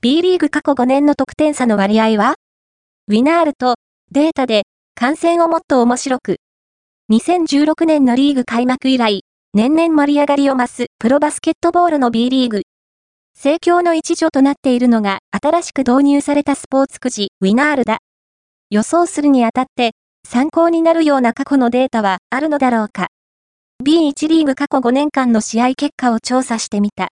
B リーグ過去5年の得点差の割合は？ウィナールとデータで観戦をもっと面白く。2016年のリーグ開幕以来、年々盛り上がりを増すプロバスケットボールの B リーグ。盛況の一助となっているのが新しく導入されたスポーツくじウィナールだ。予想するにあたって参考になるような過去のデータはあるのだろうか。B1 リーグ過去5年間の試合結果を調査してみた。